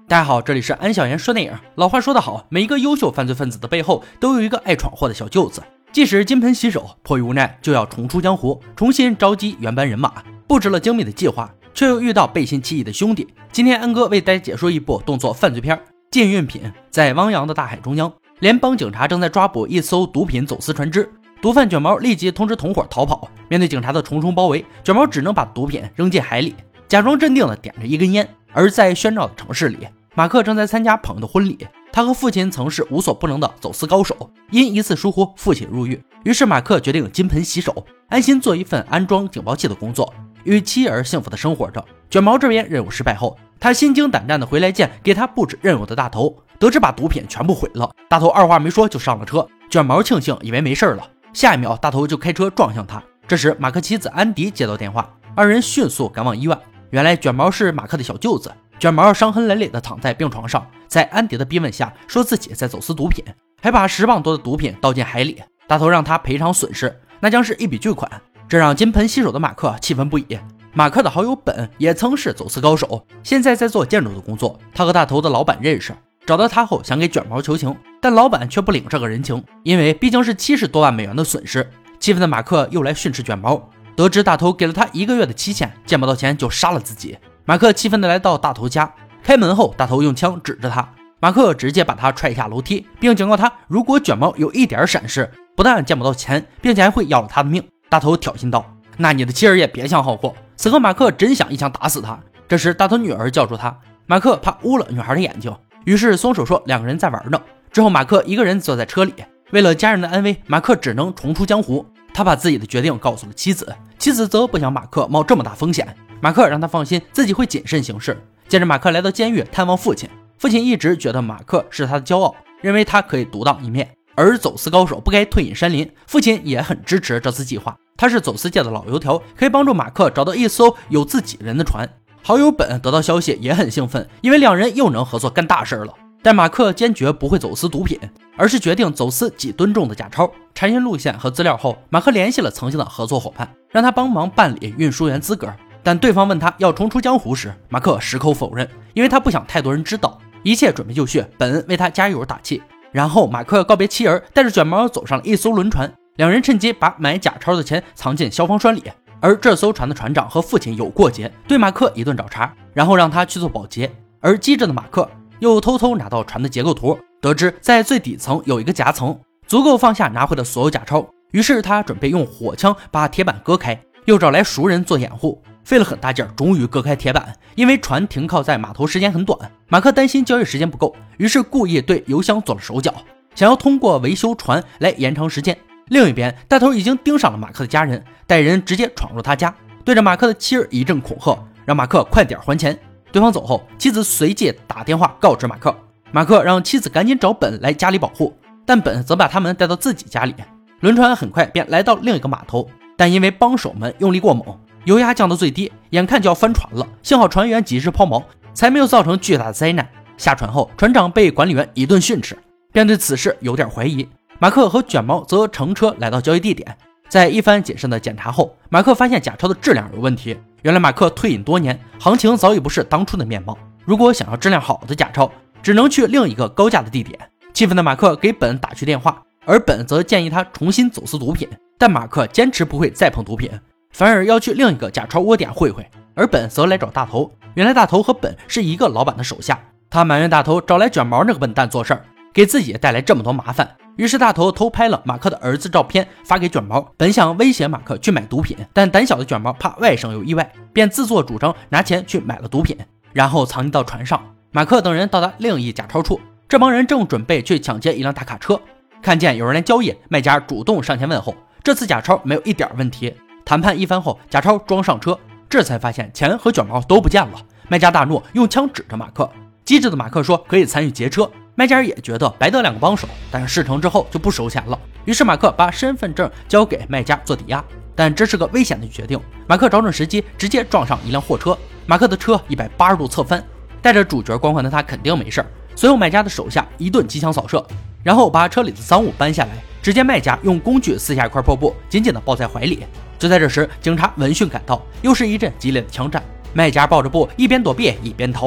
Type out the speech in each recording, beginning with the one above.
大家好，这里是安小言说电影。老话说得好，每一个优秀犯罪分子的背后都有一个爱闯祸的小舅子。即使金盆洗手，迫于无奈就要重出江湖，重新召集原班人马，布置了精密的计划，却又遇到背信弃义的兄弟。今天安哥为大家解说一部动作犯罪片《禁运品》。在汪洋的大海中央，联邦警察正在抓捕一艘毒品走私船只，毒贩卷毛立即通知同伙逃跑。面对警察的重重包围，卷毛只能把毒品扔进海里，假装镇定地点着一根烟。而在喧闹的城市里，马克正在参加朋友的婚礼。他和父亲曾是无所不能的走私高手，因一次疏忽，父亲入狱。于是马克决定金盆洗手，安心做一份安装警报器的工作，与妻儿幸福的生活着。卷毛这边任务失败后，他心惊胆战的回来见给他布置任务的大头，得知把毒品全部毁了。大头二话没说就上了车，卷毛庆幸以为没事了，下一秒大头就开车撞向他。这时马克妻子安迪接到电话，二人迅速赶往医院。原来卷毛是马克的小舅子，卷毛伤痕累累的躺在病床上，在安迪的逼问下说自己在走私毒品，还把10磅多的毒品倒进海里。大头让他赔偿损失，那将是一笔巨款，这让金盆洗手的马克气愤不已。马克的好友本也曾是走私高手，现在在做建筑的工作，他和大头的老板认识，找到他后想给卷毛求情，但老板却不领这个人情，因为毕竟是70多万美元的损失。气愤的马克又来训斥卷毛，得知大头给了他1个月的期限，见不到钱就杀了自己。马克气愤地来到大头家，开门后大头用枪指着他，马克直接把他踹下楼梯，并警告他如果卷毛有一点闪失，不但见不到钱，并且还会要了他的命。大头挑衅道，那你的妻儿也别想好过。此刻马克真想一枪打死他。这时大头女儿叫住他，马克怕污了女孩的眼睛，于是松手说2个人在玩呢。之后马克一个人坐在车里，为了家人的安危，马克只能重出江湖。他把自己的决定告诉了妻子，妻子则不想马克冒这么大风险。马克让他放心，自己会谨慎行事。接着马克来到监狱探望父亲，父亲一直觉得马克是他的骄傲，认为他可以独当一面，而走私高手不该退隐山林。父亲也很支持这次计划，他是走私界的老油条，可以帮助马克找到一艘有自己人的船。好友本得到消息也很兴奋，因为2人又能合作干大事了。但马克坚决不会走私毒品，而是决定走私几吨重的假钞。查询路线和资料后，马克联系了曾经的合作伙伴，让他帮忙办理运输员资格。但对方问他要重出江湖时，马克矢口否认，因为他不想太多人知道。一切准备就绪，本为他加油打气。然后马克告别妻儿，带着卷毛走上了一艘轮船。2人趁机把买假钞的钱藏进消防栓里。而这艘船的船长和父亲有过节，对马克一顿找茬，然后让他去做保洁。而机智的马克又偷偷拿到船的结构图，得知在最底层有一个夹层，足够放下拿回的所有假钞。于是他准备用火枪把铁板割开，又找来熟人做掩护，费了很大劲，终于割开铁板。因为船停靠在码头时间很短，马克担心交易时间不够，于是故意对油箱做了手脚，想要通过维修船来延长时间。另一边，大头已经盯上了马克的家人，带人直接闯入他家，对着马克的妻儿一阵恐吓，让马克快点还钱。对方走后，妻子随即打电话告知马克，马克让妻子赶紧找本来家里保护，但本则把他们带到自己家里。轮船很快便来到另一个码头，但因为帮手们用力过猛，油压降到最低，眼看就要翻船了，幸好船员及时抛锚，才没有造成巨大的灾难。下船后，船长被管理员一顿训斥，便对此事有点怀疑。马克和卷毛则乘车来到交易地点，在一番谨慎的检查后，马克发现假钞的质量有问题。原来马克退隐多年，行情早已不是当初的面貌，如果想要质量好的假钞，只能去另一个高价的地点。气愤的马克给本打去电话，而本则建议他重新走私毒品，但马克坚持不会再碰毒品，反而要去另一个假钞窝点会会。而本则来找大头，原来大头和本是一个老板的手下，他埋怨大头找来卷毛那个笨蛋做事儿，给自己带来这么多麻烦。于是大头偷拍了马克的儿子照片发给卷毛，本想威胁马克去买毒品，但胆小的卷毛怕外甥有意外，便自作主张拿钱去买了毒品，然后藏匿到船上。马克等人到达另一假钞处，这帮人正准备去抢劫一辆大卡车，看见有人来交易，卖家主动上前问候，这次假钞没有一点问题。谈判一番后，假钞装上车，这才发现钱和卷毛都不见了。卖家大怒，用枪指着马克。机智的马克说可以参与劫车，卖家也觉得白得2个帮手，但是事成之后就不收钱了。于是马克把身份证交给卖家做抵押，但这是个危险的决定。马克找准时机，直接撞上一辆货车，马克的车180度侧翻，带着主角光环的他肯定没事。随后卖家的手下一顿机枪扫射，然后把车里的赃物搬下来。只见卖家用工具撕下一块破布，紧紧地抱在怀里。就在这时，警察闻讯赶到，又是一阵激烈的枪战。卖家抱着布一边躲避一边逃跑。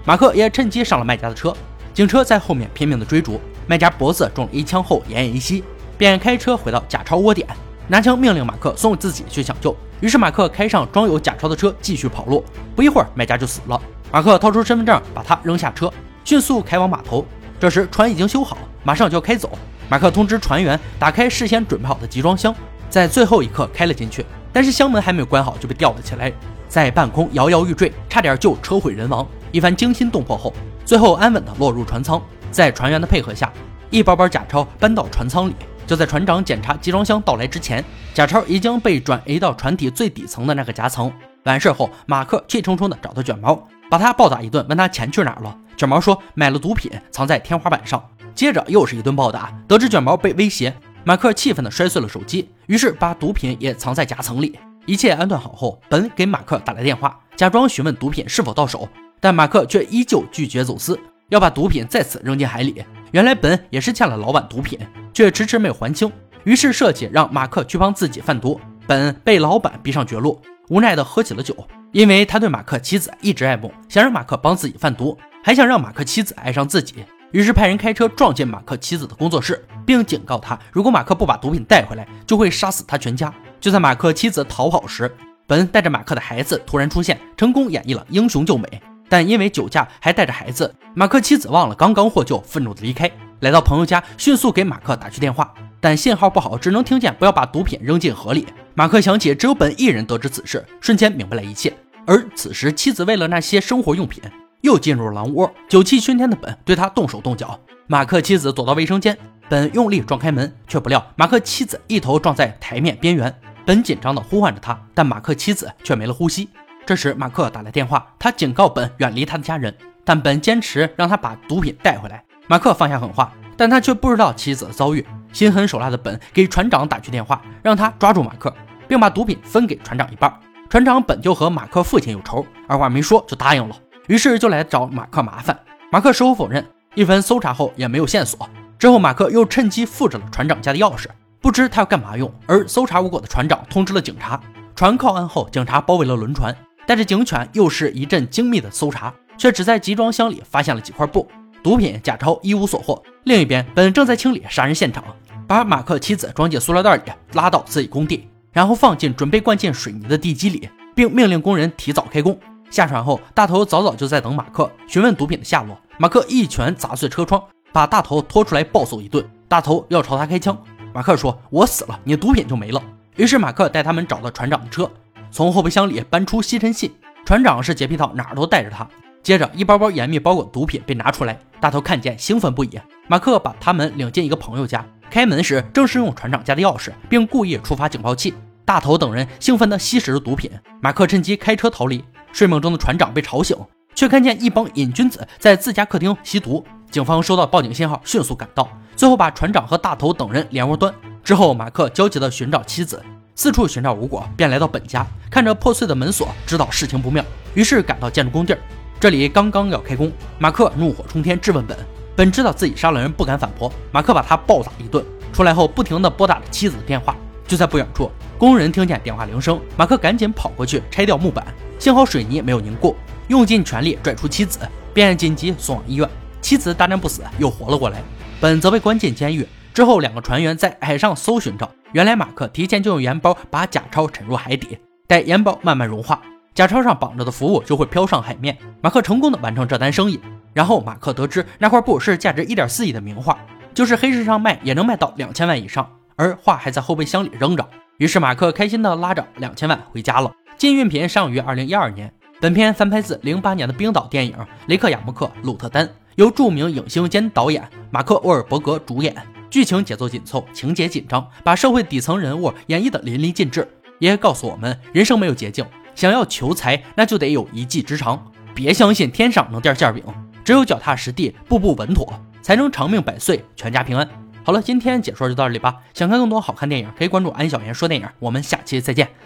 马克也趁机上了卖家的车，警车在后面拼命的追逐，卖家脖子中了一枪后奄奄一息，便开车回到假钞窝点，拿枪命令马克送自己去抢救。于是马克开上装有假钞的车继续跑路，不一会儿卖家就死了。马克掏出身份证把他扔下车，迅速开往码头。这时船已经修好，马上就要开走。马克通知船员打开事先准备好的集装箱，在最后一刻开了进去，但是箱门还没有关好就被吊了起来，在半空摇摇欲坠，差点就车毁人亡。一番惊心动魄后，最后安稳地落入船舱。在船员的配合下，一包包假钞搬到船舱里。就在船长检查集装箱到来之前，假钞已经被转移到船体最底层的那个夹层。完事后，马克气冲冲地找到卷毛，把他暴打一顿，问他钱去哪儿了。卷毛说买了毒品，藏在天花板上。接着又是一顿暴打，得知卷毛被威胁，马克气愤地摔碎了手机，于是把毒品也藏在夹层里。一切安顿好后，本给马克打来电话，假装询问毒品是否到手，但马克却依旧拒绝走私，要把毒品再次扔进海里。原来本也是欠了老板毒品，却迟迟没有还清，于是设计让马克去帮自己贩毒。本被老板逼上绝路，无奈地喝起了酒，因为他对马克妻子一直爱慕，想让马克帮自己贩毒，还想让马克妻子爱上自己，于是派人开车撞进马克妻子的工作室，并警告他，如果马克不把毒品带回来，就会杀死他全家。就在马克妻子逃跑时，本带着马克的孩子突然出现，成功演绎了英雄救美。但因为酒驾还带着孩子，马克妻子忘了刚刚获救，愤怒的离开，来到朋友家，迅速给马克打去电话，但信号不好，只能听见不要把毒品扔进河里。马克想起只有本一人得知此事，瞬间明白了一切。而此时妻子为了那些生活用品又进入了狼窝，酒气熏天的本对他动手动脚。马克妻子躲到卫生间，本用力撞开门，却不料马克妻子一头撞在台面边缘。本紧张地呼唤着他，但马克妻子却没了呼吸。这时马克打来电话，他警告本远离他的家人，但本坚持让他把毒品带回来。马克放下狠话，但他却不知道妻子的遭遇。心狠手辣的本给船长打去电话，让他抓住马克，并把毒品分给船长一半。船长本就和马克父亲有仇，二话没说就答应了，于是就来找马克麻烦。马克矢口否认，一番搜查后也没有线索。之后马克又趁机复制了船长家的钥匙，不知他要干嘛用。而搜查无果的船长通知了警察，船靠岸后，警察包围了轮船，带着警犬又是一阵精密的搜查，却只在集装箱里发现了几块布，毒品、假钞一无所获。另一边，本正在清理杀人现场，把马克妻子装进塑料袋里，拉到自己工地，然后放进准备灌进水泥的地基里，并命令工人提早开工。下船后，大头早早就在等马克，询问毒品的下落。马克一拳砸碎车窗，把大头拖出来暴揍一顿。大头要朝他开枪，马克说：“我死了，你毒品就没了。”于是马克带他们找到船长的车，从后备箱里搬出吸尘器。船长是洁癖套，哪儿都带着他。接着一包包严密包裹的毒品被拿出来，大头看见兴奋不已。马克把他们领进一个朋友家，开门时正是用船长家的钥匙，并故意触发警报器。大头等人兴奋地吸食着毒品，马克趁机开车逃离。睡梦中的船长被吵醒，却看见一帮瘾君子在自家客厅吸毒。警方收到报警信号，迅速赶到，最后把船长和大头等人连窝端。之后马克焦急地寻找妻子，四处寻找无果，便来到本家，看着破碎的门锁，知道事情不妙，于是赶到建筑工地。这里刚刚要开工，马克怒火冲天质问本，本知道自己杀了人不敢反驳，马克把他暴打一顿。出来后不停地拨打着妻子的电话，就在不远处，工人听见电话铃声，马克赶紧跑过去拆掉木板，幸好水泥没有凝固，用尽全力拽出妻子，便紧急送往医院。妻子大战不死，又活了过来。本则被关进监狱。之后两个船员在海上搜寻着，原来马克提前就用盐包把假钞沉入海底，待盐包慢慢融化，假钞上绑着的浮物就会飘上海面。马克成功的完成这单生意。然后马克得知那块布是价值 1.4 亿的名画，就是黑市上卖也能卖到2000万以上，而画还在后备箱里扔着。于是马克开心的拉着2000万回家了。禁运品上于2012年，本片翻拍自08年的冰岛电影《雷克雅未克·鲁特丹》，由著名影星兼导演马克·沃尔伯格主演。剧情节奏紧凑，情节紧张，把社会底层人物演绎的淋漓尽致，也告诉我们人生没有捷径，想要求财那就得有一技之长，别相信天上能掉馅饼，只有脚踏实地，步步稳妥，才能长命百岁，全家平安。好了，今天解说就到这里吧。想看更多好看电影，可以关注安小言说电影，我们下期再见。